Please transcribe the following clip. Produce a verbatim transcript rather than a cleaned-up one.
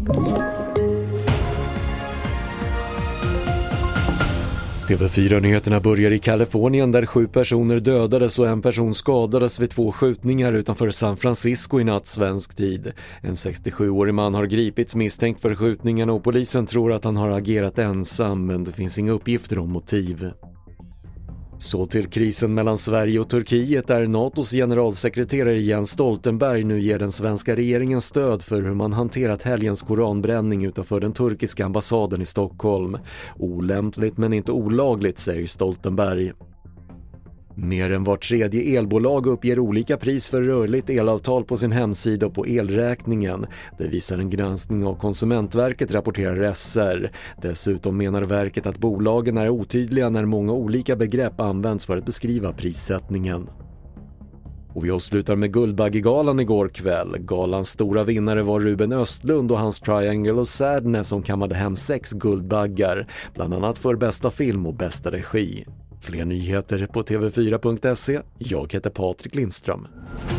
T V fyra-nyheterna börjar i Kalifornien där sju personer dödades och en person skadades vid två skjutningar utanför San Francisco i natt svensk tid. En sextiosjuårig man har gripits misstänkt för skjutningen och polisen tror att han har agerat ensam, men det finns inga uppgifter om motiv. Så till krisen mellan Sverige och Turkiet där NATOs generalsekreterare Jens Stoltenberg nu ger den svenska regeringen stöd för hur man hanterat helgens koranbränning utanför den turkiska ambassaden i Stockholm. Olämpligt men inte olagligt, säger Stoltenberg. Mer än var tredje elbolag uppger olika pris för rörligt elavtal på sin hemsida och på elräkningen. Det visar en granskning av Konsumentverket, rapporterar S R. Dessutom menar verket att bolagen är otydliga när många olika begrepp används för att beskriva prissättningen. Och vi avslutar med Guldbaggegalan igår kväll. Galans stora vinnare var Ruben Östlund och hans Triangle of Sadness som kammade hem sex guldbaggar, bland annat för bästa film och bästa regi. Fler nyheter på t v fyra punkt se. Jag heter Patrik Lindström.